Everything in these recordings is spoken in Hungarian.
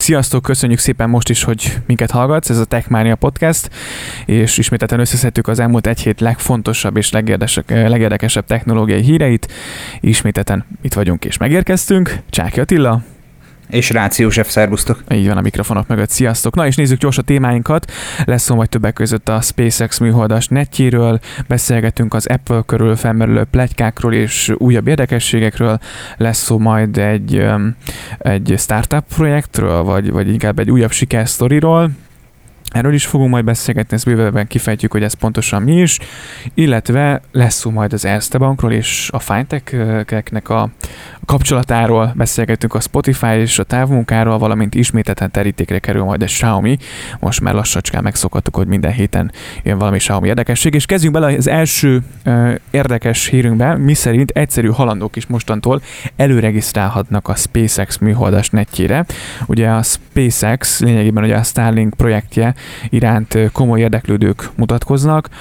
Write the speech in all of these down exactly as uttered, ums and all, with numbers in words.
Sziasztok, köszönjük szépen most is, hogy minket hallgatsz, ez a Techmania Podcast, és ismételten összeszedtük az elmúlt egy hét legfontosabb és legérdekesebb technológiai híreit. Ismételten itt vagyunk és megérkeztünk. Csáky Attila. És Rácz József, szervusztok! Így van a mikrofonok mögött, sziasztok! Na és nézzük gyors a témáinkat. Lesz szó majd többek között a SpaceX műholdas netjéről, beszélgetünk az Apple körül felmerülő pletykákról és újabb érdekességekről, lesz szó majd egy, egy startup projektről, vagy, vagy inkább egy újabb sikersztoriról. Erről is fogunk majd beszélgetni, ezt bővebben kifejtjük, hogy ez pontosan mi is, illetve lesz szó majd az Erste Bankról és a fintech-eknek a kapcsolatáról, beszélgetünk a Spotify és a távmunkáról, valamint ismételten terítékre kerül majd egy Xiaomi. Most már lassacskán megszokhattuk, hogy minden héten jön valami Xiaomi érdekesség, és kezdjünk bele az első uh, érdekes hírünkbe, miszerint egyszerű halandók is mostantól előregisztrálhatnak a SpaceX műholdas netjére. Ugye a SpaceX lényegében ugye a Starlink projektje iránt komoly érdeklődők mutatkoznak,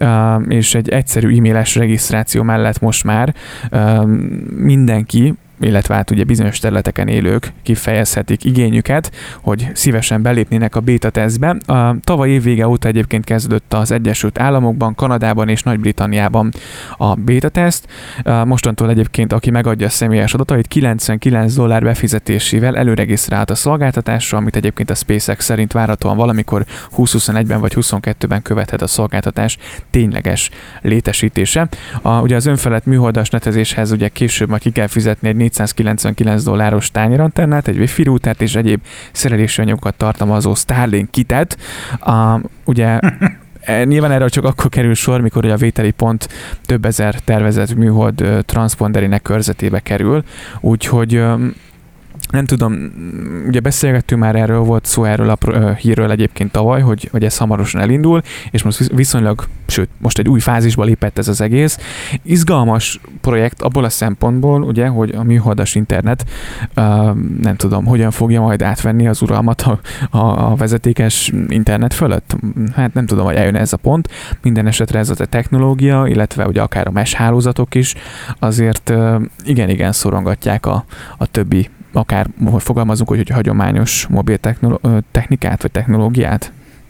és egy egyszerű e-mailes regisztráció mellett most már mindenki, illetve hát ugye bizonyos területeken élők kifejezhetik igényüket, hogy szívesen belépnének a beta tesztbe. A tavaly év vége óta egyébként kezdődött az Egyesült Államokban, Kanadában és Nagy-Britanniában a beta teszt. Mostantól egyébként, aki megadja a személyes adatait, kilencvenkilenc dollár befizetésével előregisztrált a szolgáltatásra, amit egyébként a SpaceX szerint várhatóan valamikor húsz-huszonegyben vagy huszonkettőben követhet a szolgáltatás tényleges létesítése. A, ugye az önfelett műholdas netezéshez ugye később majd ki kell fizetni egy négyszázkilencvenkilenc dolláros tányérantennát, egy wifi routert és egyéb szerelési anyagokat tartalmazó Starlink kitet. Uh, ugye nyilván erről csak akkor kerül sor, mikor a vételi pont több ezer tervezett műhold uh, transponderének körzetébe kerül, úgyhogy um, nem tudom, ugye beszélgettünk már erről, volt szó erről a hírről egyébként tavaly, hogy, hogy ez hamarosan elindul, és most viszonylag, sőt, most egy új fázisba lépett ez az egész. Izgalmas projekt abból a szempontból, ugye, hogy a műholdas internet, uh, nem tudom, hogyan fogja majd átvenni az uralmat a, a, a vezetékes internet fölött. Hát nem tudom, hogy eljön ez a pont. Minden esetre ez a technológia, illetve ugye akár a mesh hálózatok is, azért uh, igen-igen szorongatják a, a többi akár fogalmazunk, hogy, hogy hagyományos mobil technolo- technikát vagy technológiát?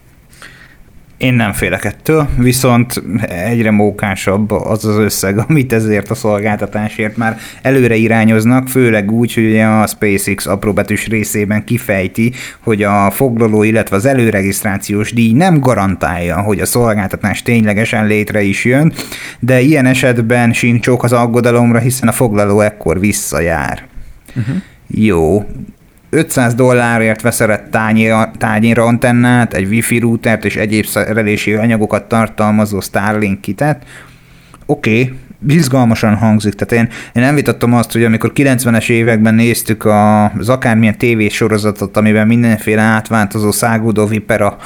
Én nem félek ettől, viszont egyre mókásabb az az összeg, amit ezért a szolgáltatásért már előre irányoznak, főleg úgy, hogy a SpaceX apróbetűs részében kifejti, hogy a foglaló, illetve az előregisztrációs díj nem garantálja, hogy a szolgáltatás ténylegesen létre is jön, de ilyen esetben sincs ok az aggodalomra, hiszen a foglaló ekkor visszajár. Uh-huh. Jó, ötszáz dollárért veszel tányéra antennát, egy wifi routert és egyéb szerelési anyagokat tartalmazó Starlink kitet. Oké, okay, izgalmasan hangzik. Tehát én, én nem vitattam azt, hogy amikor kilencvenes években néztük az akármilyen tévésorozatot, amiben mindenféle átváltozó szágúdó vipera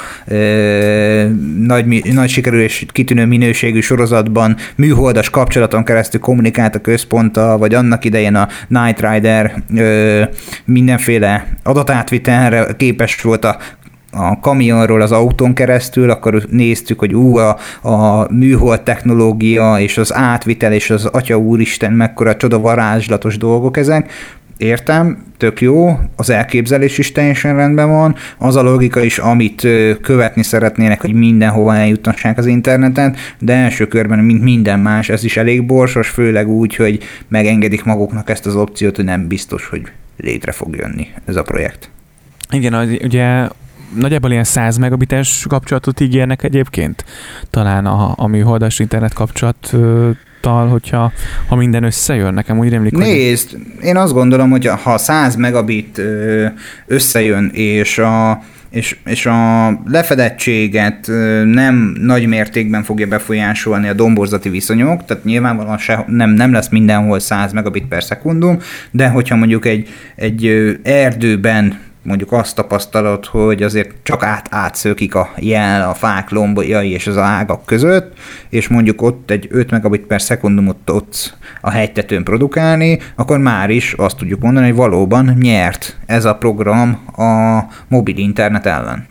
ö, nagy, nagy sikerű és kitűnő minőségű sorozatban műholdas kapcsolaton keresztül kommunikált a központtal, vagy annak idején a Knight Rider ö, mindenféle adatátvitelre képes volt a a kamionról az autón keresztül, akkor néztük, hogy ú, a, a műhold technológia és az átvitel és az atya úristen, mekkora csoda varázslatos dolgok ezek. Értem, tök jó, az elképzelés is teljesen rendben van, az a logika is, amit követni szeretnének, hogy mindenhova eljuttassák az internetet, de első körben, mint minden más, ez is elég borsos, főleg úgy, hogy megengedik maguknak ezt az opciót, hogy nem biztos, hogy létre fog jönni ez a projekt. Igen, ugye nagyjából ilyen száz megabites kapcsolatot ígérnek egyébként. Talán a, a műholdas internet kapcsolattal, hogyha ha minden összejön, nekem úgy rémlik, Nézd, hogy... én azt gondolom, hogy ha száz megabit összejön, és a És, és a lefedettséget nem nagy mértékben fogja befolyásolni a domborzati viszonyok, tehát nyilvánvalóan se, nem, nem lesz mindenhol száz megabit per szekundum, de hogyha mondjuk egy, egy erdőben mondjuk azt tapasztalod, hogy azért csak át átszökik a jel a fák lombjai és az ágak között, és mondjuk ott egy öt megabit per szekundumot tudsz a hegytetőn produkálni, akkor már is azt tudjuk mondani, hogy valóban nyert ez a program a mobil internet ellen.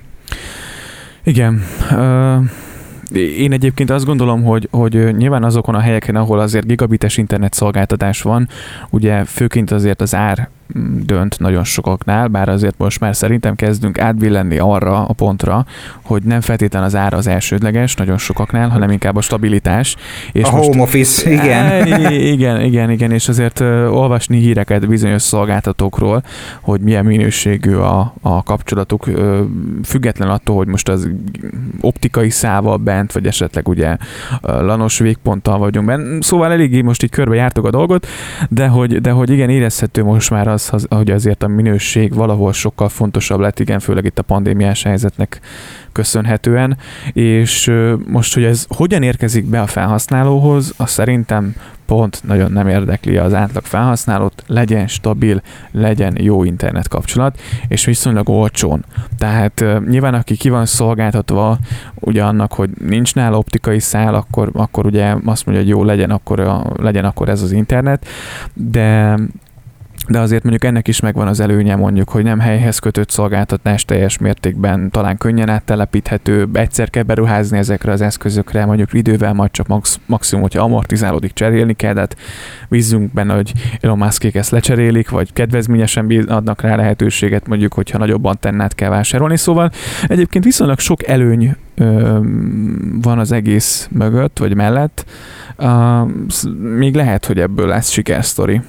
Igen. Uh... Én egyébként azt gondolom, hogy, hogy nyilván azokon a helyeken, ahol azért gigabites internet szolgáltatás van, ugye főként azért az ár dönt nagyon sokaknál, bár azért most már szerintem kezdünk átbillenni arra a pontra, hogy nem feltétlen az ára az elsődleges nagyon sokaknál, hanem inkább a stabilitás. És a most, home office, igen. igen, igen, igen, és azért olvasni híreket bizonyos szolgáltatókról, hogy milyen minőségű a, a kapcsolatuk, független attól, hogy most az optikai szával bent, vagy esetleg ugye lanos végponttal vagyunk bent. Szóval eléggé most így körbe jártuk a dolgot, de hogy, de hogy igen, érezhető most már az, hogy azért a minőség valahol sokkal fontosabb lett, igen, főleg itt a pandémiás helyzetnek köszönhetően, és most, hogy ez hogyan érkezik be a felhasználóhoz, az szerintem pont nagyon nem érdekli az átlag felhasználót, legyen stabil, legyen jó internet kapcsolat, és viszonylag olcsón. Tehát nyilván aki ki van szolgáltatva ugye annak, hogy nincs nála optikai szál, akkor, akkor ugye azt mondja, hogy jó, legyen akkor, a, legyen akkor ez az internet, de de azért mondjuk ennek is megvan az előnye, mondjuk, hogy nem helyhez kötött szolgáltatás teljes mértékben, talán könnyen áttelepíthető, egyszer kell beruházni ezekre az eszközökre, mondjuk idővel majd csak max, maximum, hogyha amortizálódik, cserélni kell, de hát bízzunk benne, hogy Elon Muskék ezt lecserélik, vagy kedvezményesen adnak rá lehetőséget, mondjuk, hogyha nagyobb antennát kell vásárolni. Szóval egyébként viszonylag sok előny ö, van az egész mögött, vagy mellett. Uh, még lehet, hogy ebből lesz sikersztori.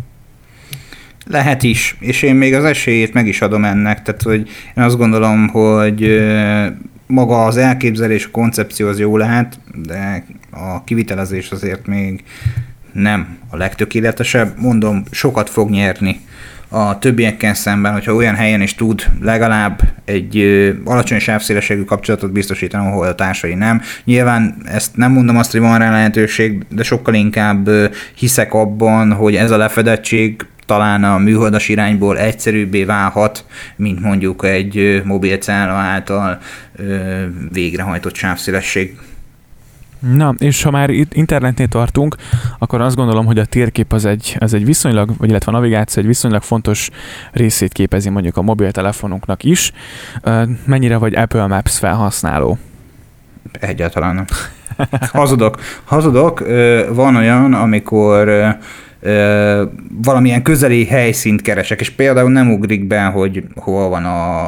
Lehet is, és én még az esélyét meg is adom ennek, tehát hogy én azt gondolom, hogy maga az elképzelés, a koncepció az jó lehet, de a kivitelezés azért még nem a legtökéletesebb. Mondom, sokat fog nyerni a többiekkel szemben, hogyha olyan helyen is tud legalább egy alacsony sávszélességű kapcsolatot biztosítani, ahol a társai nem. Nyilván ezt nem mondom azt, hogy van rá lehetőség, de sokkal inkább hiszek abban, hogy ez a lefedettség talán a műholdas irányból egyszerűbbé válhat, mint mondjuk egy mobilcella által végrehajtott sávszélesség. Na, és ha már itt internetnél tartunk, akkor azt gondolom, hogy a térkép az egy, az egy viszonylag, vagy illetve a navigáció egy viszonylag fontos részét képezi mondjuk a mobiltelefonunknak is. Mennyire vagy Apple Maps felhasználó? Egyáltalán nem. Hazudok. Hazudok. Van olyan, amikor valamilyen közeli helyszínt keresek, és például nem ugrik be, hogy hol van a,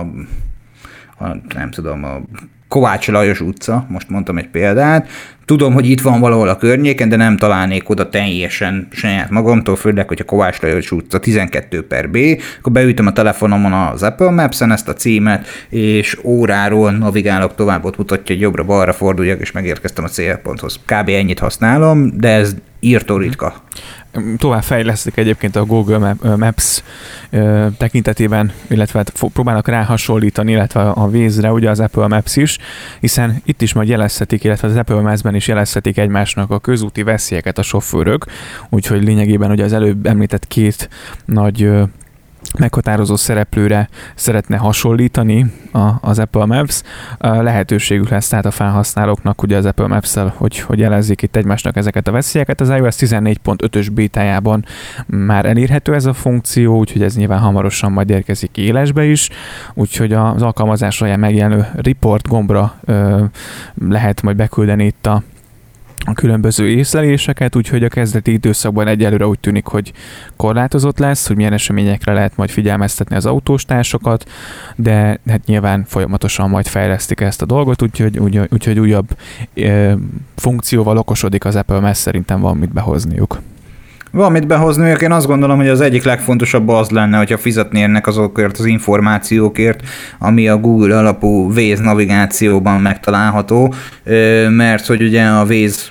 a nem tudom, a Kovács Lajos utca, most mondtam egy példát, tudom, hogy itt van valahol a környéken, de nem találnék oda teljesen saját magamtól, főleg, hogy a Kovács Lajos utca tizenkettő per B, akkor beütöm a telefonomon az Apple Maps-en ezt a címet, és óráról navigálok tovább, ott mutatja, hogy jobbra-balra forduljak, és megérkeztem a célponthoz. Kb. Ennyit használom, de ez írtó ritka. Tovább fejlesztik egyébként a Google Maps tekintetében, illetve próbálnak rá hasonlítani, illetve a Waze-re, ugye az Apple Maps is, hiszen itt is majd jelezhetik, illetve az Apple Maps-ben is jelezhetik egymásnak a közúti veszélyeket a sofőrök, úgyhogy lényegében ugye az előbb említett két nagy meghatározó szereplőre szeretne hasonlítani a, az Apple Maps. Lehetőségük lesz tehát a felhasználóknak ugye az Apple Maps-szel, hogy, hogy jelezzék itt egymásnak ezeket a veszélyeket. Az iOS tizennégy pont ötös bétájában már elérhető ez a funkció, úgyhogy ez nyilván hamarosan majd érkezik élesbe is, úgyhogy az alkalmazás alján megjelenő report gombra ö, lehet majd beküldeni itt a a különböző észleléseket, úgyhogy a kezdeti időszakban egyelőre úgy tűnik, hogy korlátozott lesz, hogy milyen eseményekre lehet majd figyelmeztetni az autóstársokat, de hát nyilván folyamatosan majd fejlesztik ezt a dolgot, úgyhogy, úgy, úgyhogy újabb e, funkcióval okosodik az Apple, mert szerintem van mit behozniuk. Van mit behozni, én azt gondolom, hogy az egyik legfontosabb az lenne, hogyha fizetnének azokért az információkért, ami a Google alapú Waze navigációban megtalálható, mert hogy ugye a Waze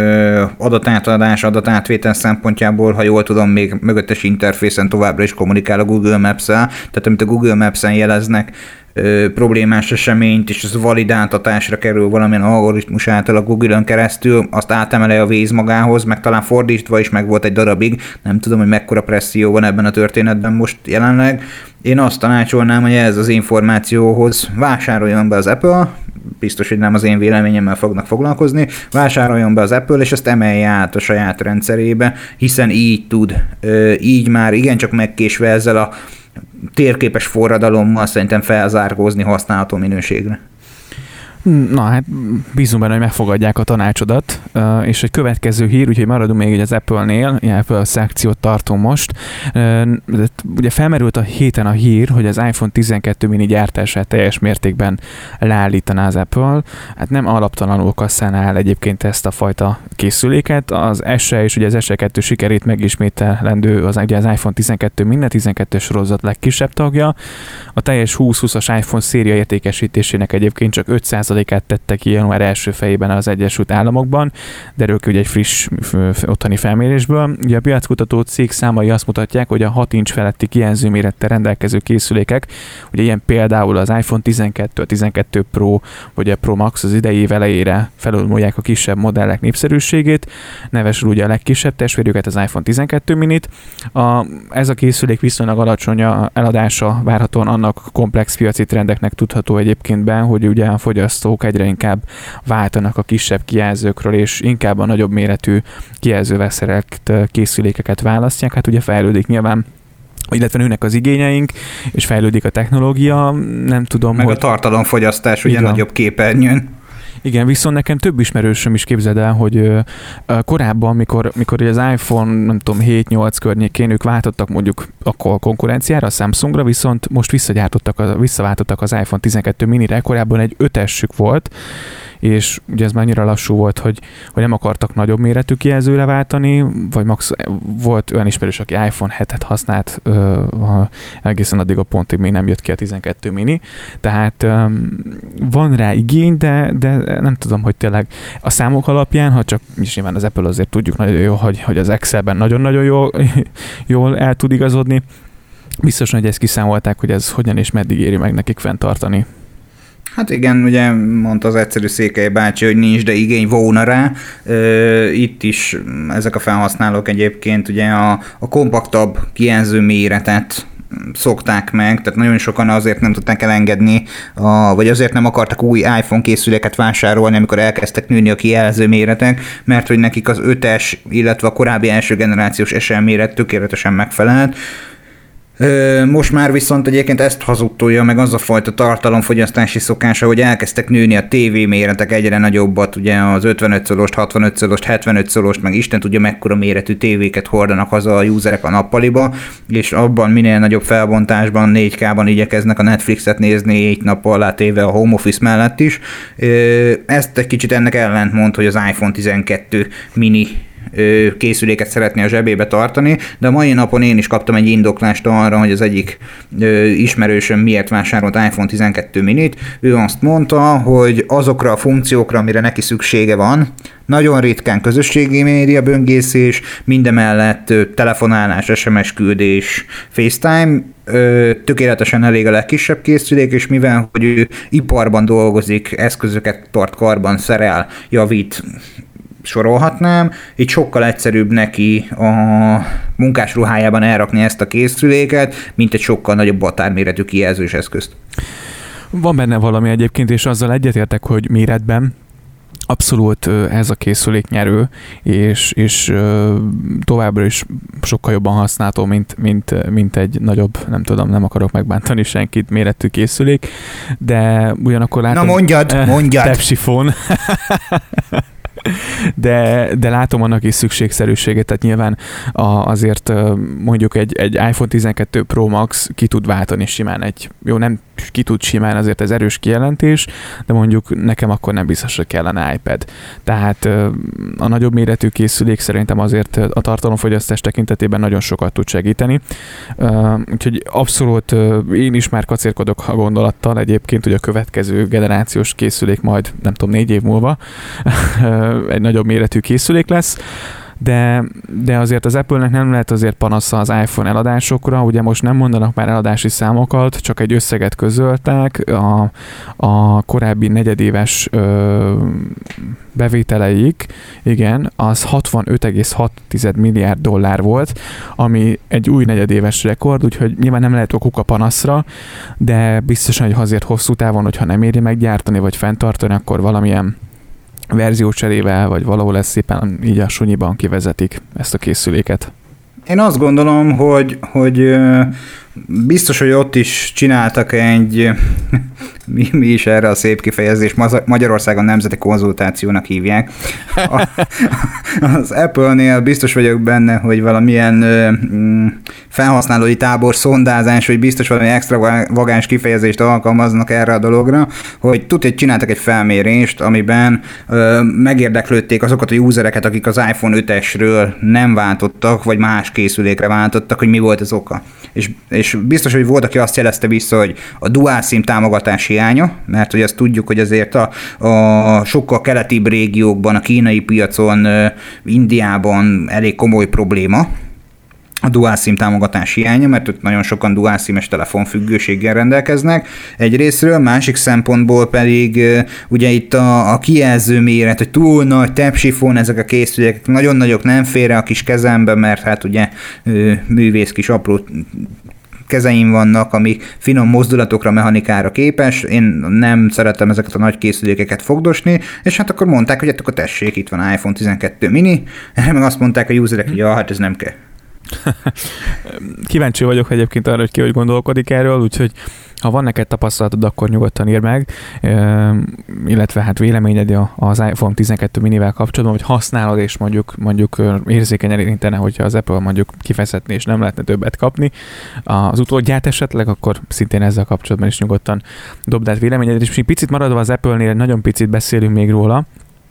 adatátadás, adatátvétel szempontjából, ha jól tudom, még mögöttes interfészen továbbra is kommunikál a Google Maps-el, tehát amit a Google Maps-en jeleznek, Ö, problémás eseményt, és ez validáltatásra kerül valamilyen algoritmus által a Google-ön keresztül, azt átemele a Waze magához, meg talán fordítva is meg volt egy darabig, nem tudom, hogy mekkora presszió van ebben a történetben most jelenleg. Én azt tanácsolnám, hogy ez az információhoz vásároljon be az Apple, biztos, hogy nem az én véleményemmel fognak foglalkozni, vásároljon be az Apple, és ezt emelje át a saját rendszerébe, hiszen így tud, ö, így már igencsak megkésve ezzel a térképes forradalommal szerintem felzárkózni használható minőségre. Na hát bízunk benne, hogy megfogadják a tanácsodat, és egy következő hír, úgyhogy maradunk még az Apple-nél, Apple szekciót tartunk most. Ugye felmerült a héten a hír, hogy az iPhone tizenkettő mini gyártását teljes mértékben leállítaná az Apple. Hát nem alaptalanul kasszánál egyébként ezt a fajta készüléket. Az es e és ugye az es e kettő sikerét megismételendő az, ugye az iPhone tizenkettő mini, tizenkettő sorozat legkisebb tagja. A teljes húsz húszas iPhone széria értékesítésének egyébként csak öt százalékát tette ki január első fejében az Egyesült Államokban, derül ki ugye egy friss otthoni felmérésből. Ugye a piackutató cég számai azt mutatják, hogy a hat inch feletti kijelzőmérettel rendelkező készülékek, ugye ilyen például az iPhone tizenkettő, a tizenkettő Pro vagy a Pro Max az idei év elejére felülmúlják a kisebb modellek népszerűségét, nevesul ugye a legkisebb testvérjüket, az iPhone tizenkettő minit. A, ez a készülék viszonylag alacsony eladása várhatóan annak komplex piaci trendeknek tudható egyébként be, hogy ugye a fogyasztók egyre inkább váltanak a kisebb kijelzőkről, és inkább a nagyobb méretű kijelzővel szerelt készülékeket választják. Hát ugye fejlődik nyilván, illetve nőnek az igényeink, és fejlődik a technológia, nem tudom, meg hogy... a tartalomfogyasztás ugye nagyobb képernyőn. Igen, viszont nekem több ismerősöm is képzeld el, hogy uh, korábban, mikor, mikor az iPhone, nem tudom, hét-nyolc környékén ők váltottak mondjuk akkor konkurenciára, a Samsungra, viszont most visszagyártottak, visszaváltottak az iPhone tizenkettő minire, korábban egy ötessük volt, és ugye ez már annyira lassú volt, hogy, hogy nem akartak nagyobb méretű kijelzőre váltani, vagy max volt olyan ismerős, aki iPhone hetet használt uh, egészen addig a pontig még nem jött ki a tizenkettő mini, tehát um, van rá igény, de, de nem tudom, hogy tényleg a számok alapján, ha csak, és nyilván az Apple azért tudjuk nagyon jó, hogy, hogy az Excelben nagyon-nagyon jól, jól el tud igazodni, biztosan, hogy ezt kiszámolták, hogy ez hogyan és meddig éri meg nekik fenntartani. Hát igen, ugye mondta az egyszerű Székely bácsi, hogy nincs, de igény volna rá. Itt is ezek a felhasználók egyébként ugye a, a kompaktabb kijelző méretet szokták meg, tehát nagyon sokan azért nem tudták elengedni, a, vagy azért nem akartak új iPhone készüléket vásárolni, amikor elkezdtek nőni a kijelző méretek, mert hogy nekik az ötes, illetve a korábbi első generációs es el méret tökéletesen megfelelt. Most már viszont egyébként ezt hazudtolja meg az a fajta tartalomfogyasztási szokása, hogy elkezdtek nőni a tévé méretek egyre nagyobbat, ugye az ötvenöt szolost, hatvanöt szolost, hetvenöt szolost, meg Isten tudja mekkora méretű tévéket hordanak haza a userek a nappaliba, és abban minél nagyobb felbontásban, négy ká-ban igyekeznek a Netflixet nézni egy nappal látéve a home office mellett is. Ezt egy kicsit ennek ellentmond, hogy az iPhone tizenkettő mini készüléket szeretné a zsebébe tartani, de a mai napon én is kaptam egy indoklást arra, hogy az egyik ismerősöm miért vásárolt iPhone tizenkettő minit. Ő azt mondta, hogy azokra a funkciókra, amire neki szüksége van, nagyon ritkán közösségi média böngészés, mindemellett telefonálás, es em es küldés, FaceTime, tökéletesen elég a legkisebb készülék, és mivel hogy ő iparban dolgozik, eszközöket tart karban, szerel, javít, sorolhatnám, így sokkal egyszerűbb neki a munkás ruhájában elrakni ezt a készüléket, mint egy sokkal nagyobb batárméretű kijelzős eszközt. Van benne valami egyébként, és azzal egyetértek, hogy méretben abszolút ez a készülék nyerő, és, és továbbra is sokkal jobban használható, mint, mint, mint egy nagyobb, nem tudom, nem akarok megbántani senkit, méretű készülék, de ugyanakkor látom... Na mondjad, mondjad! Tepsifón. De, de látom annak is szükségszerűségét, tehát nyilván a, azért mondjuk egy, egy iPhone tizenkettő Pro Max ki tud váltani simán egy, jó nem ki tud simán, azért ez erős kijelentés, de mondjuk nekem akkor nem biztos, hogy kellene iPad. Tehát a nagyobb méretű készülék szerintem azért a tartalomfogyasztás tekintetében nagyon sokat tud segíteni. Úgyhogy abszolút én is már kacérkodok a gondolattal egyébként, hogy a következő generációs készülék majd, nem tudom, négy év múlva egy nagyobb méretű készülék lesz, de, de azért az Apple-nek nem lehet azért panasza az iPhone eladásokra, ugye most nem mondanak már eladási számokat, csak egy összeget közöltek, a, a korábbi negyedéves ö, bevételeik, igen, az hatvanöt egész hat milliárd dollár volt, ami egy új negyedéves rekord, úgyhogy nyilván nem lehet okuk a panaszra, de biztosan, hogy azért hosszú távon, hogyha nem éri meggyártani vagy fenntartani, akkor valamilyen verziócserével, vagy valahol lesz szépen így a sunyiban kivezetik ezt a készüléket. Én azt gondolom, hogy, hogy biztos, hogy ott is csináltak egy mi, mi is erre a szép kifejezés, Magyarországon nemzeti konzultációnak hívják. A, az Apple-nél biztos vagyok benne, hogy valamilyen mm, felhasználói tábor szondázás, vagy biztos valami extravagáns kifejezést alkalmaznak erre a dologra, hogy tudod, csináltak egy felmérést, amiben ö, megérdeklődték azokat a usereket, akik az iPhone ötesről nem váltottak, vagy más készülékre váltottak, hogy mi volt az oka. És, és biztos, hogy volt, aki azt jelezte vissza, hogy a dual SIM támogatás hiánya, mert hogy azt tudjuk, hogy azért a, a sokkal keletibb régiókban, a kínai piacon, Indiában elég komoly probléma a dual SIM támogatás hiánya, mert ott nagyon sokan dual SIM-es telefonfüggőséggel rendelkeznek egyrésztről, másik szempontból pedig ugye itt a, a kijelző méret, hogy túl nagy tepsifon, ezek a készülékek nagyon nagyok, nem félre a kis kezembe, mert hát ugye művész kis apró kezeim vannak, amik finom mozdulatokra, mechanikára képes, én nem szeretem ezeket a nagy készülékeket fogdosni, és hát akkor mondták, hogy hát akkor tessék, itt van iPhone tizenkettő mini, erre meg azt mondták a userek, hogy ja, hát ez nem kell. Kíváncsi vagyok egyébként arra, hogy ki hogy gondolkodik erről, úgyhogy ha van neked tapasztalatod, akkor nyugodtan írd meg, illetve hát véleményed az iPhone tizenkettő minivel kapcsolatban, hogy használod, és mondjuk, mondjuk érzékenyen érintene, hogyha az Apple mondjuk kifejezetné, és nem lehetne többet kapni az utódját esetleg, akkor szintén ezzel kapcsolatban is nyugodtan dobd át véleményedet, és picit maradva az Apple-nél, nagyon picit beszélünk még róla.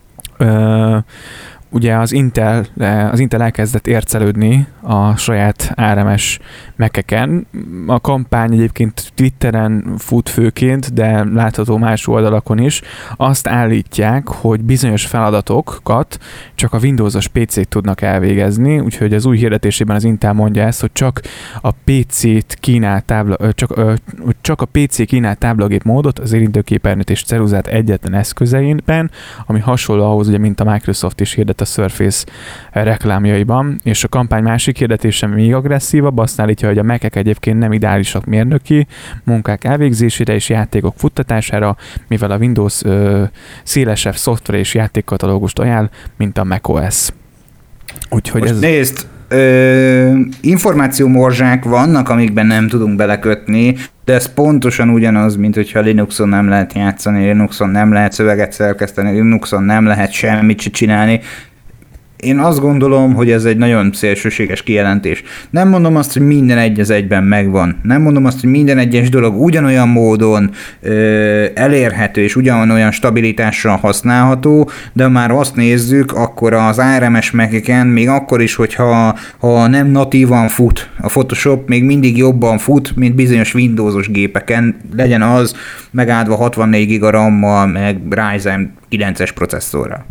Ugye az Intel, az Intel elkezdett ércelődni a saját á er em-es Mac-eken. A kampány egyébként Twitteren fut főként, de látható más oldalakon is. Azt állítják, hogy bizonyos feladatokat csak a Windowsos pé cék tudnak elvégezni, úgyhogy az új hirdetésében az Intel mondja ezt, hogy csak a pé cét kínál tábla, csak, csak a pé cé kínál táblagép módot, az érintőképernyőt és ceruzát egyetlen eszközeinben, ami hasonló ahhoz, ugye, mint a Microsoft is hirdet a Surface reklámjaiban, és a kampány másik hirdetése még agresszívabb, azt állítja, hogy a Mac-ek egyébként nem ideálisak mérnöki munkák elvégzésére és játékok futtatására, mivel a Windows ö, szélesebb szoftver és játékkatalógust ajánl, mint a macOS. Úgyhogy most ez... nézd, ö, információmorzsák vannak, amikben nem tudunk belekötni, de ez pontosan ugyanaz, mint hogyha Linuxon nem lehet játszani, Linuxon nem lehet szöveget szerkeszteni, Linuxon nem lehet semmit csinálni. Én azt gondolom, hogy ez egy nagyon szélsőséges kijelentés. Nem mondom azt, hogy minden egy az egyben megvan. Nem mondom azt, hogy minden egyes dolog ugyanolyan módon ö, elérhető és ugyanolyan stabilitással használható, de már azt nézzük, akkor az á er em-es Mac-eken még akkor is, hogyha ha nem natívan fut a Photoshop, még mindig jobban fut, mint bizonyos Windowsos gépeken, legyen az megáldva hatvannégy giga RAM-mal, meg Ryzen kilences processzorral.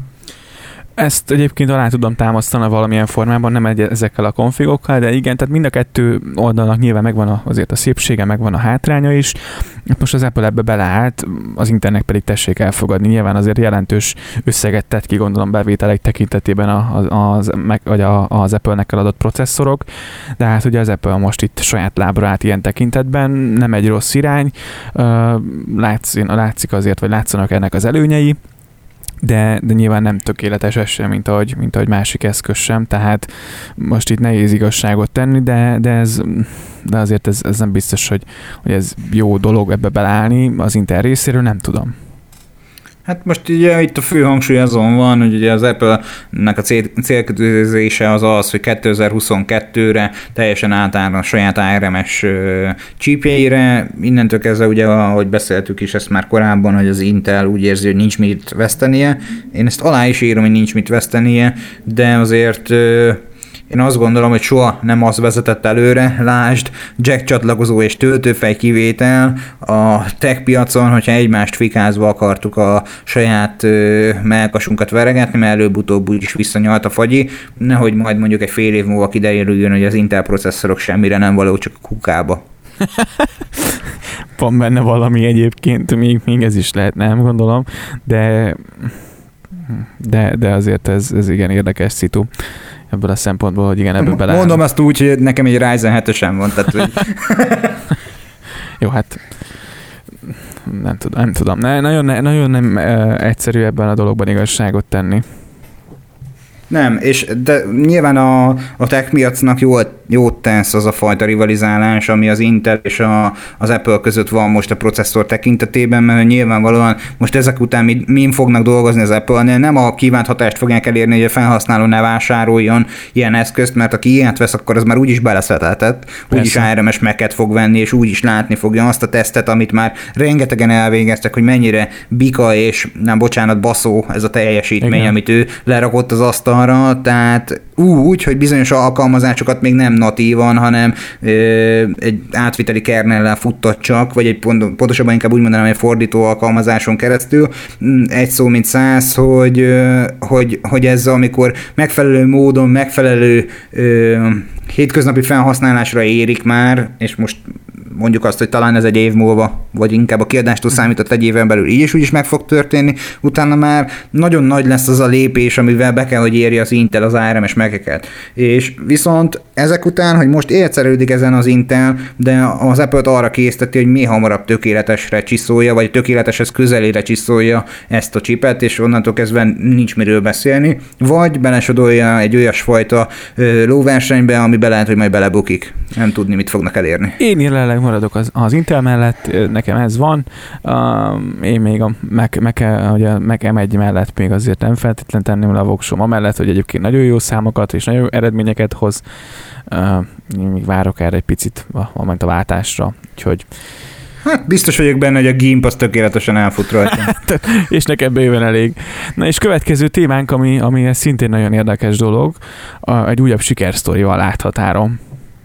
Ezt egyébként alá tudom támasztani valamilyen formában, nem egy, ezekkel a konfigokkal, de igen, tehát mind a kettő oldalnak nyilván megvan azért a szépsége, megvan a hátránya is. Most az Apple ebbe beleállt, az Intelnek pedig tessék elfogadni. Nyilván azért jelentős összeget tett ki, gondolom, bevételek tekintetében az, az, vagy az Apple-nek eladott processzorok, de hát ugye az Apple most itt saját lábra állt ilyen tekintetben, nem egy rossz irány, látszik, látszik azért, vagy látszanak ennek az előnyei, De, de nyilván nem tökéletes ez sem, mint ahogy, mint ahogy másik eszköz sem, tehát most itt nehéz igazságot tenni, de, de, ez, de azért ez, ez nem biztos, hogy, hogy ez jó dolog ebbe beleállni, az Intel részéről nem tudom. Hát most ugye itt a fő hangsúly azon van, hogy ugye az Apple-nek a cél, célkötőzése az az, hogy kétezer-huszonkettőre teljesen átáll a saját á er em-es csípjeire. Innentől kezdve ugye, ahogy beszéltük is ezt már korábban, hogy az Intel úgy érzi, hogy nincs mit vesztenie. Én ezt alá is írom, hogy nincs mit vesztenie, de azért én azt gondolom, hogy soha nem az vezetett előre, lásd, jack csatlakozó és töltőfej kivétel a tech piacon, hogyha egymást fikázva akartuk a saját ö, mellkasunkat veregetni, mert előbb-utóbb úgyis visszanyalt a fagyi, nehogy majd mondjuk egy fél év múlva kiderüljön, hogy az Intel processzorok semmire nem való, csak a kukába. Van benne valami egyébként, még, még ez is lehet, nem gondolom, de, de, de azért ez, ez igen érdekes szitu. Ebből a szempontból, hogy igen, ebből bele. Mondom azt úgy, hogy nekem egy Ryzen hetesen van, tehát hogy... Jó, hát nem tudom, nem tudom. Ne, nagyon, ne, nagyon nem e, egyszerű ebben a dologban igazságot tenni. Nem, és de nyilván a, a tech piacnak jól jót tesz az a fajta rivalizálás, ami az Intel és a, az Apple között van most a processzor tekintetében, mert nyilvánvalóan most ezek után mi, min fognak dolgozni az Apple-nél, nem a kívánt hatást fogják elérni, hogy a felhasználó ne vásároljon ilyen eszközt, mert aki ilyet vesz, akkor az már úgyis beleszeteltet, úgyis á er em-es Mac-et fog venni, és úgyis látni fogja azt a tesztet, amit már rengetegen elvégeztek, hogy mennyire bika és, nem bocsánat, baszó ez a teljesítmény, igen, amit ő lerakott az asztalra, tehát úgy, hogy bizonyos alkalmazásokat még nem natívan, hanem ö, egy átviteli kernellel futtat csak, vagy egy pont, pontosabban inkább úgy mondanám, egy fordító alkalmazáson keresztül. Egy szó mint száz, hogy, ö, hogy, hogy ez amikor megfelelő módon, megfelelő ö, hétköznapi felhasználásra érik már, és most mondjuk azt, hogy talán ez egy év múlva, vagy inkább a kiadástól számított egy éven belül így is úgy is meg fog történni, utána már nagyon nagy lesz az a lépés, amivel be kell, hogy érje az Intel az á er em-es Mac-eket. És viszont ezek után, hogy most élszerődik ezen az Intel, de az Apple-t arra készteti, hogy mi hamarabb tökéletesre csiszolja, vagy tökéleteshez közelére csiszolja ezt a csipet, és onnantól kezdve nincs miről beszélni, vagy belesodolja egy olyasfajta lóversenybe, amiben lehet, hogy majd belebukik. Nem tudni, mit fognak elérni. Én jelenleg maradok az, az Intel mellett, nekem ez van. Uh, én még a Mac, Mac, a Mac em egy mellett még azért nem feltétlenül tenném le a voksom. Amellett, hogy egyébként nagyon jó számokat és nagyon jó eredményeket hoz. Uh, én még várok erre egy picit a, a váltásra. Úgyhogy hát biztos vagyok benne, hogy a gimp az tökéletesen elfut rajta. És nekem bőven elég. Na és következő témánk, ami, ami szintén nagyon érdekes dolog, a, egy újabb sikersztorival láthatárom.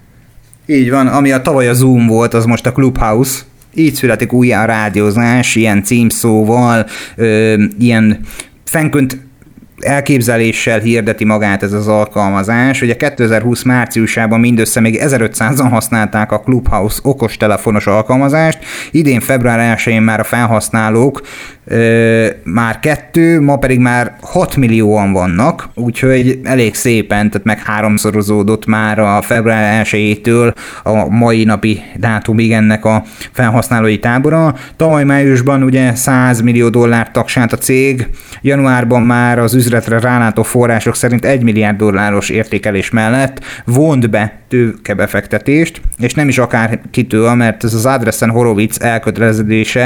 Így van, ami a tavaly a Zoom volt, az most a Clubhouse. Így születik újjá a rádiózás, ilyen címszóval, ö, ilyen fenkönt elképzeléssel hirdeti magát ez az alkalmazás. Ugye kétezer-húsz márciusában mindössze még ezerötszázan használták a Clubhouse okostelefonos alkalmazást, idén február elsején már a felhasználók ö, már kettő, ma pedig már hat millióan vannak, úgyhogy elég szépen, tehát meg háromszorozódott már a február elsejétől a mai napi dátumig ennek a felhasználói tábora. Tavaly májusban ugye száz millió dollárt tagsált a cég, januárban már az üzletre rálátó források szerint egy milliárd dolláros értékelés mellett vont be tőkebefektetést, és nem is akár kitől, mert ez az Andreessen Horowitz elköteleződése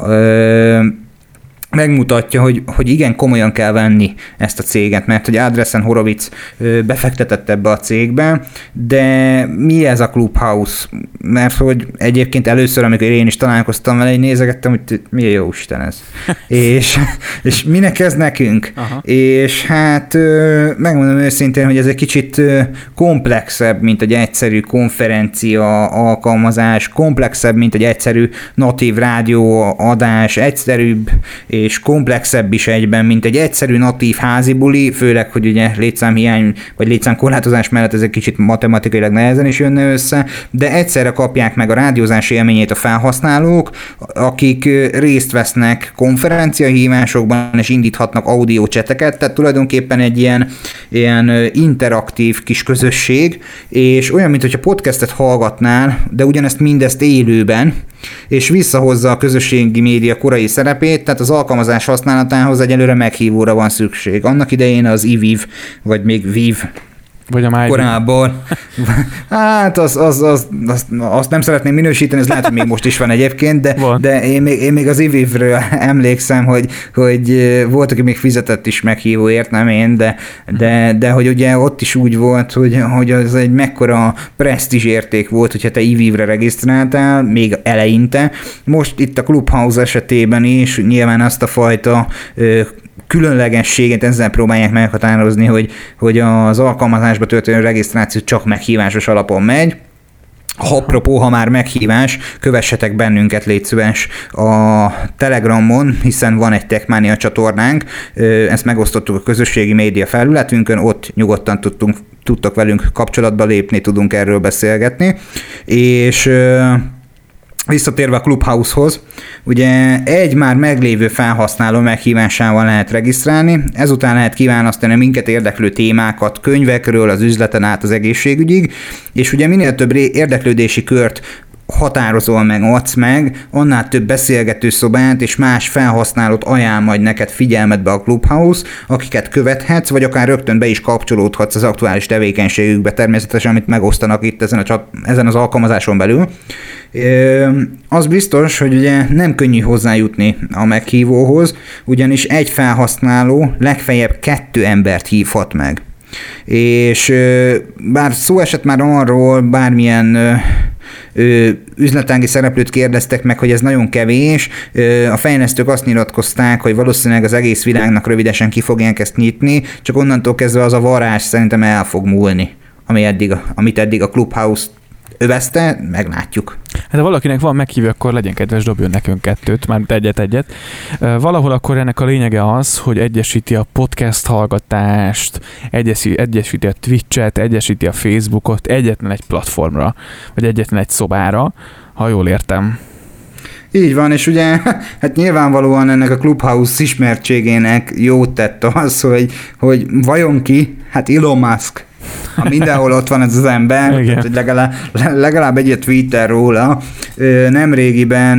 ö, megmutatja, hogy, hogy igen, komolyan kell venni ezt a céget, mert hogy Andreessen Horowitz befektetett ebbe a cégbe, de mi ez a Clubhouse? Mert hogy egyébként először, amikor én is találkoztam vele, én nézegettem, hogy mi a jó Isten ez. és, és minek ez nekünk? Aha. És hát megmondom őszintén, hogy ez egy kicsit komplexebb, mint egy egyszerű konferencia alkalmazás, komplexebb, mint egy egyszerű natív rádióadás, egyszerűbb és komplexebb is egyben, mint egy egyszerű natív házi buli, főleg, hogy ugye létszámhiány vagy létszámkorlátozás mellett ez egy kicsit matematikailag nehezen is jönne össze, de egyszerre kapják meg a rádiózás élményét a felhasználók, akik részt vesznek konferenciahívásokban, és indíthatnak audio cseteket, tehát tulajdonképpen egy ilyen, ilyen interaktív kis közösség, és olyan, mint hogyha podcastet hallgatnál, de ugyanezt mindezt élőben, és visszahozza a közösségi média korai szerepét, tehát az alkalmazás használatához egyelőre meghívóra van szükség. Annak idején az iViv, vagy még Viv, vagy a MyViv. Korábban. Hát az, az, az, az, azt nem szeretném minősíteni, ez lehet, hogy még most is van egyébként, de, de én, még, én még az iVivről emlékszem, hogy, hogy volt, aki még fizetett is meghívóért, nem én, de, de, de hogy ugye ott is úgy volt, hogy, hogy az egy mekkora presztízs érték volt, hogyha te iVivre regisztráltál, még eleinte. Most itt a Clubhouse esetében is nyilván azt a fajta különlegességet ezzel próbálják meghatározni, hogy, hogy az alkalmazásba történő regisztráció csak meghívásos alapon megy. Ha apropó, ha már meghívás, kövessetek bennünket, légy szíves, a Telegramon, hiszen van egy Techmania csatornánk, ezt megosztottuk a közösségi média felületünkön, ott nyugodtan tudtunk, tudtok velünk kapcsolatba lépni, tudunk erről beszélgetni, és visszatérve a Clubhouse-hoz, ugye egy már meglévő felhasználó meghívásával lehet regisztrálni, ezután lehet kiválasztani minket érdeklő témákat, könyvekről, az üzleten át az egészségügyig, és ugye minél több érdeklődési kört határozol meg, adsz meg, annál több beszélgető szobát és más felhasználót ajánl majd neked figyelmetbe a Clubhouse, akiket követhetsz, vagy akár rögtön be is kapcsolódhatsz az aktuális tevékenységükbe, természetesen, amit megosztanak itt ezen, a csat, ezen az alkalmazáson belül. Az biztos, hogy ugye nem könnyű hozzájutni a meghívóhoz, ugyanis egy felhasználó legfeljebb kettő embert hívhat meg. És bár szó esett már arról, bármilyen üzletági szereplőt kérdeztek meg, hogy ez nagyon kevés. A fejlesztők azt nyilatkozták, hogy valószínűleg az egész világnak rövidesen ki fogják ezt nyitni, csak onnantól kezdve az a varázs szerintem el fog múlni, ami eddig, amit eddig a Clubhouse övezte, meglátjuk. Hát ha valakinek van meghívő, akkor legyen kedves, dobjon nekünk kettőt, már egyet-egyet. Valahol akkor ennek a lényege az, hogy egyesíti a podcast hallgatást, egyesíti a Twitch-et, egyesíti a Facebookot egyetlen egy platformra, vagy egyetlen egy szobára, ha jól értem. Így van, és ugye hát nyilvánvalóan ennek a Clubhouse ismertségének jót tett az, hogy, hogy vajon ki? Hát Elon Musk. Ha mindenhol ott van ez az ember, tehát, hogy legalább, legalább egyet tweetel róla. Nemrégiben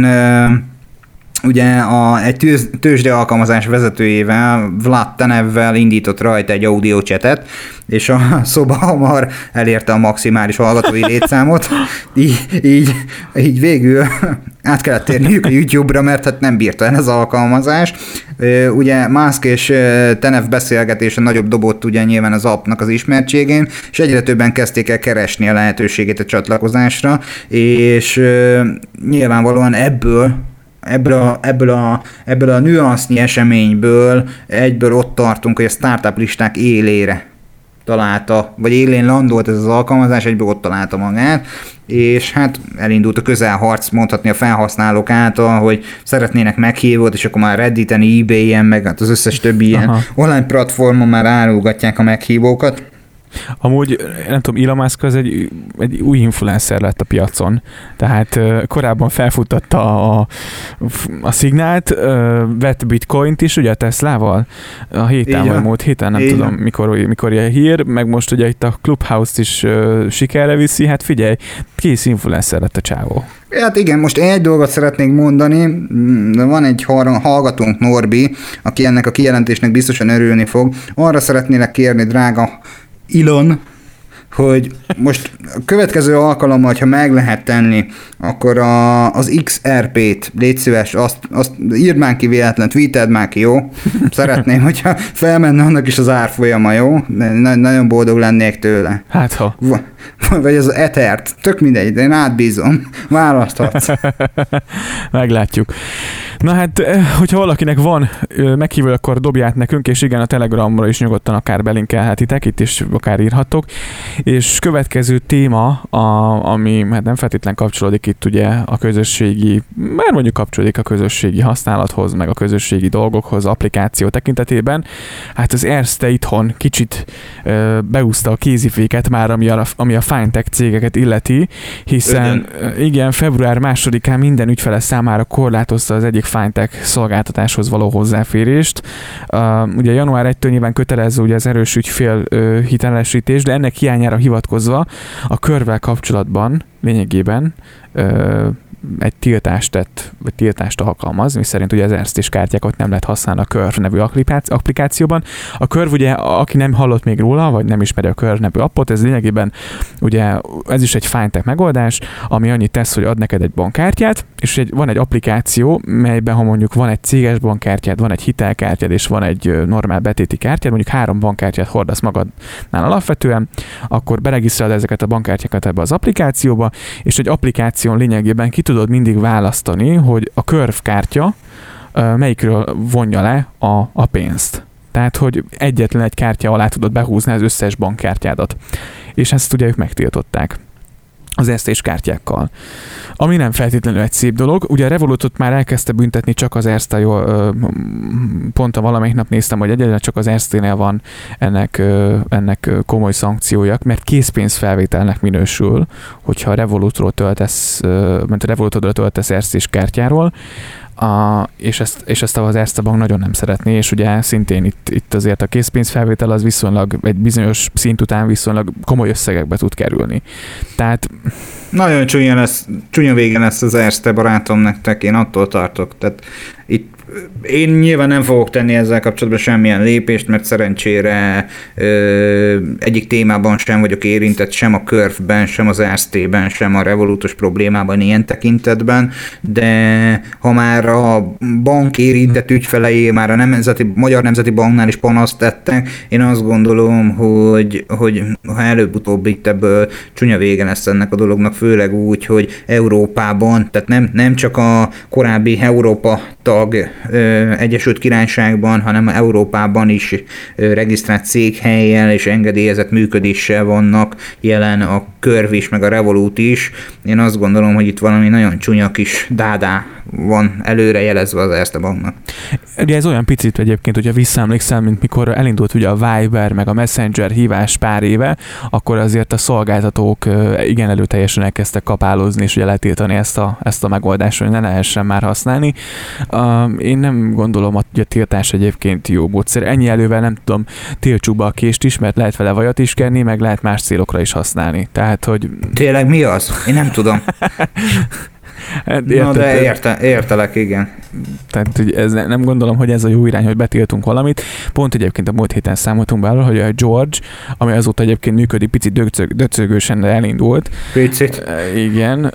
ugye a, egy tőzsde alkalmazás vezetőjével, Vlad Tenevvel indított rajta egy audio chatet, és a szoba hamar elérte a maximális hallgatói létszámot, így, így, így végül át kellett térniük a YouTube-ra, mert hát nem bírta el az alkalmazás. Ugye Musk és Tenev beszélgetése nagyobb dobott ugye nyilván az appnak az ismertségén, és egyre többen kezdték el keresni a lehetőségét a csatlakozásra, és nyilvánvalóan ebből Ebből a, ebből, a, ebből a nüansznyi eseményből egyből ott tartunk, hogy a startup listák élére találta, vagy élén landolt ez az alkalmazás, egyből ott találta magát, és hát elindult a közelharc, mondhatni a felhasználók által, hogy szeretnének meghívót, és akkor már Redditen, eBay-en, meg hát az összes többi ilyen Aha. online platformon már árulgatják a meghívókat. Amúgy, nem tudom, Elon Musk az egy, egy új influencer lett a piacon, tehát uh, korábban felfuttatta a, a szignált, uh, vett bitcoint is, ugye a Teslával, a héten vagy múlt héten, nem Igen. tudom, mikor, mikor ilyen hír, meg most ugye itt a Clubhouse-t is uh, sikerre viszi, hát figyelj, kész influencer lett a csávó. Hát igen, most egy dolgot szeretnék mondani, van egy hallgatónk, Norbi, aki ennek a kijelentésnek biztosan örülni fog, arra szeretnélek kérni, drága Elon, hogy most a következő alkalommal, ha meg lehet tenni, akkor a, az iksz er pét, légy szíves, azt, azt írd már ki véletlen, tweeted már ki, jó? Szeretném, hogyha felmenne annak is az árfolyama, jó? Na, nagyon boldog lennék tőle. Hát ha. V- vagy az Ethert, tök mindegy, de én átbízom. Választhatsz. Meglátjuk. Na hát, hogyha valakinek van meghívó, akkor dobját nekünk, és igen, a Telegramra is nyugodtan akár belinkelhetitek, itt is akár írhattok. És következő téma, a, ami hát nem feltétlenül kapcsolódik itt ugye a közösségi, már mondjuk kapcsolódik a közösségi használathoz, meg a közösségi dolgokhoz, applikáció tekintetében. Hát az Erste itthon kicsit ö, beúszta a kéziféket már, ami a, ami a fintech cégeket illeti, hiszen Öden. igen, február másodikán minden ügyfele számára korlátozta az egyik fintech szolgáltatáshoz való hozzáférést. Uh, ugye január elsejétől nyilván kötelező ugye az erős ügyfél uh, hitelesítés, de ennek hiányára hivatkozva a körvel kapcsolatban lényegében uh, egy tiltást tett, vagy tiltást alkalmaz, mi szerint ugye az Erste-s kártyákat nem lehet használni a Curve nevű applikációban. A Curve ugye, aki nem hallott még róla, vagy nem ismeri a Curve nevű appot, ez lényegében ugye ez is egy fintech megoldás, ami annyit tesz, hogy ad neked egy bankkártyát, és egy, van egy applikáció, melyben ha mondjuk van egy céges bankkártyád, van egy hitelkártyád, és van egy normál betéti kártyád, mondjuk három bankkártyát hordasz magadnál alapvetően, akkor beregisztrálod ezeket a bankkártyákat ebbe az applikációba, és egy applikáción lényegében ki tudod mindig választani, hogy a Curve kártya melyikről vonja le a, a pénzt. Tehát, hogy egyetlen egy kártya alá tudod behúzni az összes bankkártyádat. És ezt ugye ők megtiltották az Erste-s kártyákkal. Ami nem feltétlenül egy szép dolog. Ugye a Revolutot már elkezdte büntetni csak az Erste, jó, pont a valamelyik nap néztem, hogy egyedül csak az Erste-nél van ennek, ennek komoly szankciója, mert készpénzfelvételnek minősül, hogyha a Revolutról töltesz, mert a Revolutodra töltesz Erste-s kártyáról, A, és, ezt, és ezt az Erste Bank nagyon nem szeretné, és ugye szintén itt, itt azért a készpénzfelvétel az viszonylag egy bizonyos szint után viszonylag komoly összegekbe tud kerülni. Tehát... Nagyon csúnya lesz, csúnya vége lesz az Erste, barátom, nektek, én attól tartok. Tehát itt én nyilván nem fogok tenni ezzel kapcsolatban semmilyen lépést, mert szerencsére ö, egyik témában sem vagyok érintett, sem a Curve-ben, sem az Erste-ben, sem a Revolutos problémában ilyen tekintetben, de ha már a bank érintett ügyfelei már a Nemzeti, Magyar Nemzeti Banknál is panaszt tettek, én azt gondolom, hogy, hogy ha előbb-utóbb itt ebből csúnya vége lesz ennek a dolognak, főleg úgy, hogy Európában, tehát nem, nem csak a korábbi Európa tag Egyesült Királyságban, hanem Európában is regisztrált céghellyel és engedélyezett működéssel vannak jelen a Curve is, meg a Revolut is. Én azt gondolom, hogy itt valami nagyon csúnya kis dádá van előre jelezve az Erste Banknak. Ugye ez olyan picit egyébként, hogyha visszaemlékszem, mint mikor elindult ugye a Viber meg a Messenger hívás pár éve, akkor azért a szolgáltatók igen erőteljesen elkezdtek kapálózni, és ugye letiltani ezt a, ezt a megoldást, hogy ne lehessen már használni. Én nem gondolom, hogy a tiltás egyébként jó módszer. Ennyi elővel nem tudom, tiltsuk be a kést is, mert lehet vele vajat is kenni, meg lehet más célokra is használni. Tehát, hogy... Tényleg mi az? Én nem tudom. Na, de érte, értelek, igen. Tehát hogy ez, nem gondolom, hogy ez a jó irány, hogy betiltunk valamit. Pont egyébként a múlt héten számoltunk be arról, hogy a George, ami azóta egyébként működik, picit döcög, döcögősen elindult. Picit. Igen.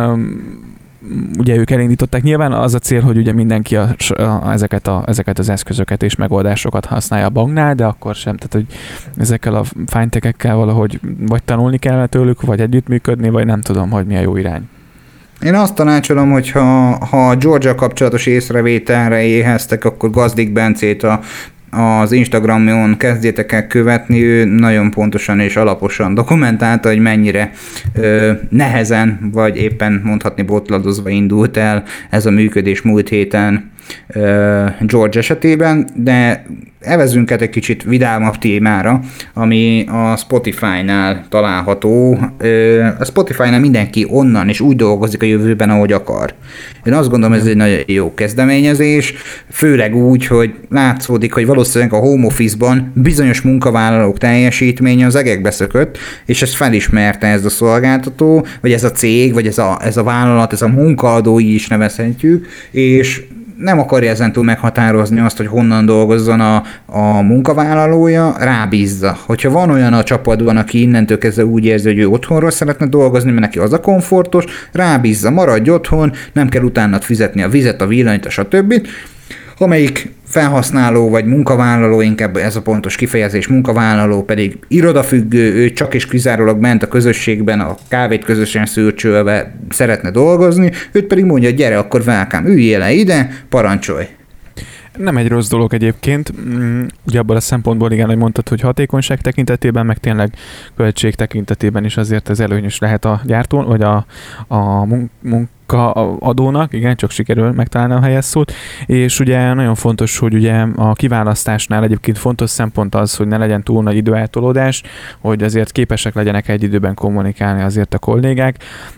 Um, ugye ők elindították. Nyilván az a cél, hogy ugye mindenki a, a, ezeket, a, ezeket az eszközöket és megoldásokat használja a banknál, de akkor sem. Tehát, hogy ezekkel a fintechekkel valahogy vagy tanulni kellene tőlük, vagy együttműködni, vagy nem tudom, hogy mi a jó irány. Én azt tanácsolom, hogy ha, ha Georgia kapcsolatos észrevételre éheztek, akkor Gazdik Bencét a az Instagramon kezdjétek el követni, ő nagyon pontosan és alaposan dokumentálta, hogy mennyire ö, nehezen, vagy éppen mondhatni botladozva indult el ez a működés múlt héten ö, George esetében, de evezünk egy kicsit vidámabb témára, ami a Spotify-nál található. Ö, a Spotify-nál mindenki onnan és úgy dolgozik a jövőben, ahogy akar. Én azt gondolom, ez egy nagyon jó kezdeményezés, főleg úgy, hogy látszódik, hogy valószínűleg a home office-ban bizonyos munkavállalók teljesítménye az egekbe szökött, és ezt felismerte ez a szolgáltató, vagy ez a cég, vagy ez a, ez a vállalat, ez a munkaadó, így is nevezhetjük, és nem akarja ezentúl meghatározni azt, hogy honnan dolgozzon a, a munkavállalója, rábízza. Hogyha van olyan a csapatban, aki innentől kezdve úgy érzi, hogy ő otthonról szeretne dolgozni, mert neki az a komfortos, rábízza, maradj otthon, nem kell utánad fizetni a vizet, a villanyt, a stb. Amelyik felhasználó vagy munkavállaló, inkább ez a pontos kifejezés, munkavállaló pedig irodafüggő, ő csak és kizárólag ment a közösségben, a kávét közösen szürcsölve szeretne dolgozni, őt pedig mondja, gyere, akkor welcome, üljél le ide, parancsolj. Nem egy rossz dolog egyébként, ugye abban a szempontból igen, hogy mondtad, hogy hatékonyság tekintetében, meg tényleg költség tekintetében is azért ez előnyös lehet a gyártón, vagy a, a munkaadónak, igen, csak sikerül megtalálni a helyes szót, és ugye nagyon fontos, hogy ugye a kiválasztásnál egyébként fontos szempont az, hogy ne legyen túl nagy időeltolódás, hogy azért képesek legyenek egy időben kommunikálni azért a kollégák,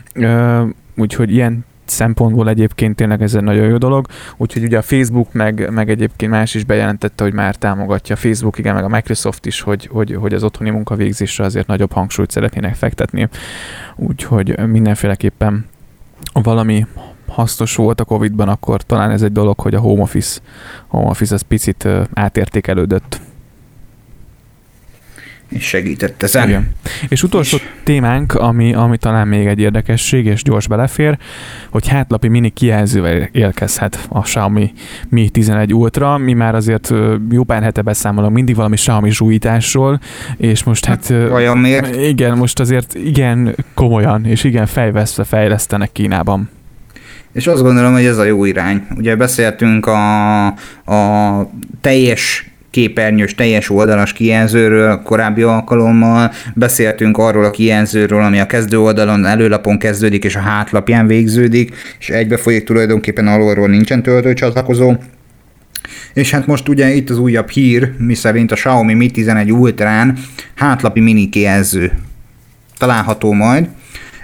úgyhogy ilyen szempontból egyébként tényleg ez egy nagyon jó dolog, úgyhogy ugye a Facebook meg, meg egyébként más is bejelentette, hogy már támogatja a Facebook, igen, meg a Microsoft is, hogy, hogy, hogy az otthoni munkavégzésre azért nagyobb hangsúlyt szeretnének fektetni, úgyhogy mindenféleképpen valami hasznos volt a Covidban, akkor talán ez egy dolog, hogy a home office, home office az picit átértékelődött. És segített ezen. Igen. És utolsó és... témánk, ami, ami talán még egy érdekesség, és gyors belefér, hogy hátlapi mini kijelzővel érkezhet a Xiaomi Mi tizenegy Ultra. Mi már azért jó pár hete beszámolunk mindig valami Xiaomi zsújításról, és most hát... Vajon miért? Igen, most azért igen komolyan, és igen fejvesztve fejlesztenek Kínában. És azt gondolom, hogy ez a jó irány. Ugye beszéltünk a, a teljes képernyős, teljes oldalas kijelzőről korábbi alkalommal, beszéltünk arról a kijelzőről, ami a kezdő oldalon, előlapon kezdődik, és a hátlapján végződik, és egybe folyik tulajdonképpen alulról, nincsen töltőcsatlakozó. És hát most ugye itt az újabb hír, miszerint a Xiaomi Mi tizenegy Ultrán hátlapi mini kijelző található majd.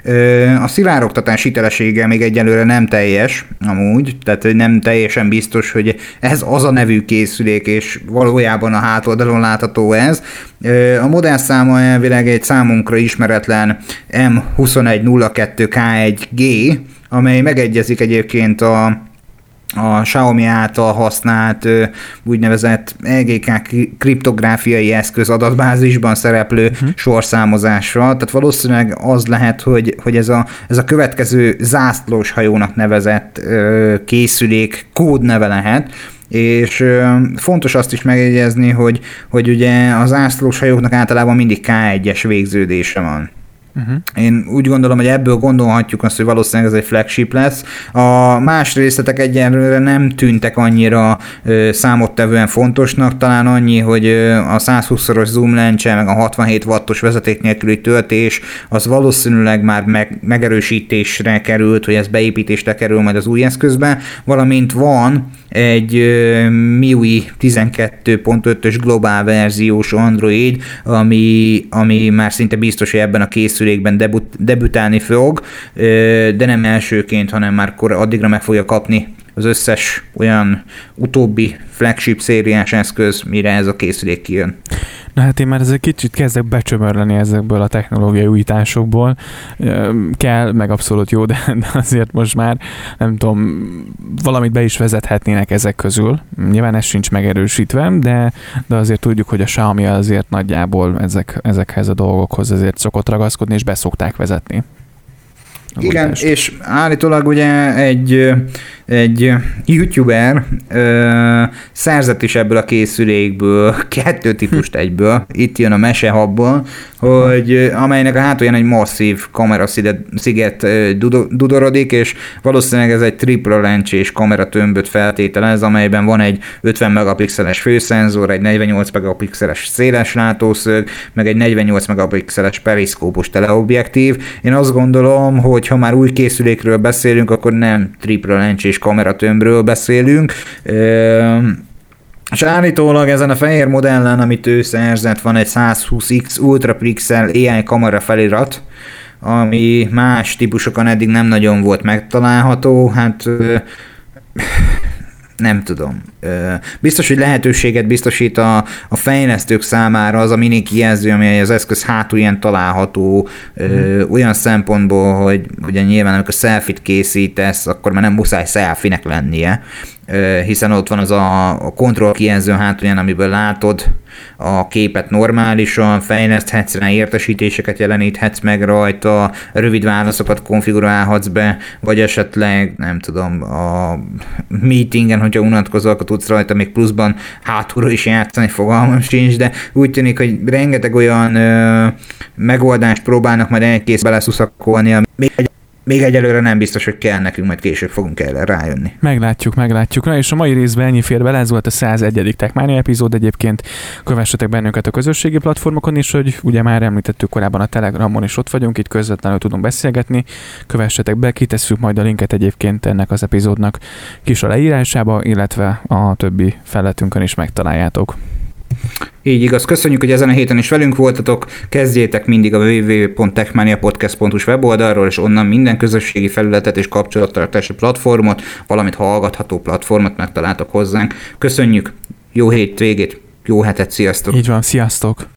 A szivárogtatás hitelessége még egyelőre nem teljes, amúgy, tehát nem teljesen biztos, hogy ez az a nevű készülék, és valójában a hátoldalon látható ez. A modellszáma elvileg egy számunkra ismeretlen M huszonegy nulla kettő K egy G, amely megegyezik egyébként a a Xiaomi által használt úgynevezett E G K kriptográfiai eszköz adatbázisban szereplő uh-huh. sorszámozásra. Tehát valószínűleg az lehet, hogy, hogy ez, a, ez a következő zászlós hajónak nevezett ö, készülék kódneve lehet, és ö, fontos azt is megjegyezni, hogy, hogy ugye az zászlós hajóknak általában mindig K egyes végződése van. Uh-huh. Én úgy gondolom, hogy ebből gondolhatjuk azt, hogy valószínűleg ez egy flagship lesz. A más részletek egyenlőre nem tűntek annyira ö, számottevően fontosnak, talán annyi, hogy ö, a százhúsz-szoros zoom lencse, meg a hatvanhét wattos vezeték nélküli töltés, az valószínűleg már meg, megerősítésre került, hogy ez beépítésre kerül majd az új eszközbe, valamint van egy uh, M I U I tizenkettő pont ötös globál verziós Android, ami, ami már szinte biztos, hogy ebben a készülékben debut, debütálni fog, uh, de nem elsőként, hanem már kor, addigra meg fogja kapni az összes olyan utóbbi flagship szériás eszköz, mire ez a készülék kijön. Na hát én már ezzel kicsit kezdek becsömörleni ezekből a technológiai újításokból. Kell, meg abszolút jó, de azért most már nem tudom, valamit be is vezethetnének ezek közül. Nyilván ez sincs megerősítve, de, de azért tudjuk, hogy a Xiaomi azért nagyjából ezek, ezekhez a dolgokhoz azért szokott ragaszkodni, és beszokták vezetni. Igen, és állítólag ugye egy, egy youtuber ö, szerzett is ebből a készülékből kettő típust egyből, itt jön a mesehubból, hogy amelynek a hátulján egy masszív kamerasziget dudorodik, és valószínűleg ez egy tripla lencsés kameratömböt feltételez, amelyben van egy ötven megapixeles főszenzor, egy negyvennyolc megapixeles széles látószög, meg egy negyvennyolc megapixeles periszkópos teleobjektív. Én azt gondolom, hogy ha már új készülékről beszélünk, akkor nem tripla lencsés kameratömbről beszélünk. És állítólag ezen a fehér modellen, amit ő szerzett, van egy százhúsz x Ultra Pixel á i kamera felirat, ami más típusokon eddig nem nagyon volt megtalálható, hát nem tudom. Biztos, hogy lehetőséget biztosít a, a fejlesztők számára az a mini kijelző, amely az eszköz hátulján található mm. olyan szempontból, hogy ugye nyilván amikor selfie-t készítesz, akkor már nem muszáj selfie-nek lennie, hiszen ott van az a, a kontroll kijelző hátulján, amiből látod a képet normálisan, fejleszthetsz rá, értesítéseket jeleníthetsz meg rajta, rövid válaszokat konfigurálhatsz be, vagy esetleg, nem tudom, a meetingen, hogyha unatkozol, akkor tudsz rajta még pluszban hátulról is játszani, fogalmam sincs, de úgy tűnik, hogy rengeteg olyan ö, megoldást próbálnak majd egész beleszuszakolni, ami még egy Még egyelőre nem biztos, hogy kell nekünk, majd később fogunk erre rájönni. Meglátjuk, meglátjuk. Na és a mai részben ennyi fér bele, ez volt a százegyedik Techmania epizód. Egyébként kövessetek bennünket a közösségi platformokon is, hogy ugye már említettük korábban a Telegramon is ott vagyunk, itt közvetlenül tudunk beszélgetni. Kövessetek be, kitesszük majd a linket egyébként ennek az epizódnak kis a leírásába, illetve a többi felületünkön is megtaláljátok. Így igaz. Köszönjük, hogy ezen a héten is velünk voltatok. Kezdjétek mindig a double-u double-u double-u pont techmania podcast pont hu weboldalról, és onnan minden közösségi felületet és kapcsolattartási platformot, valamint hallgatható platformot megtaláltok hozzánk. Köszönjük, jó hétvégét, jó hetet, sziasztok! Így van, sziasztok!